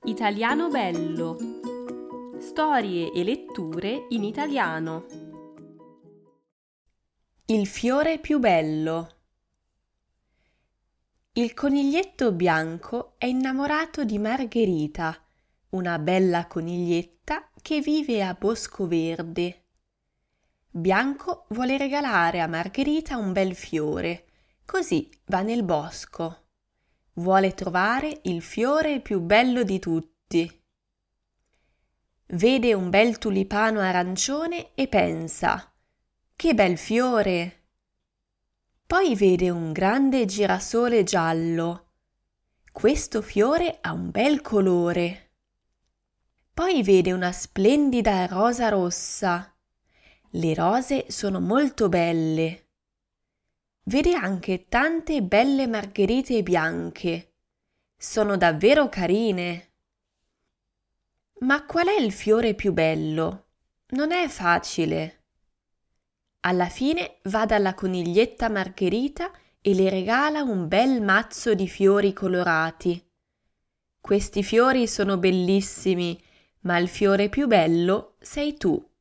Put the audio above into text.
Italiano bello. Storie e letture in italiano. Il fiore più bello. Il coniglietto bianco è innamorato di Margherita, una bella coniglietta che vive a Bosco Verde. Bianco vuole regalare a Margherita un bel fiore, così va nel bosco. Vuole trovare il fiore più bello di tutti. Vede un bel tulipano arancione e pensa: che bel fiore! Poi vede un grande girasole giallo. Questo fiore ha un bel colore. Poi vede una splendida rosa rossa. Le rose sono molto belle. Vede anche tante belle margherite bianche. Sono davvero carine. Ma qual è il fiore più bello? Non è facile. Alla fine va dalla coniglietta Margherita e le regala un bel mazzo di fiori colorati. Questi fiori sono bellissimi, ma il fiore più bello sei tu.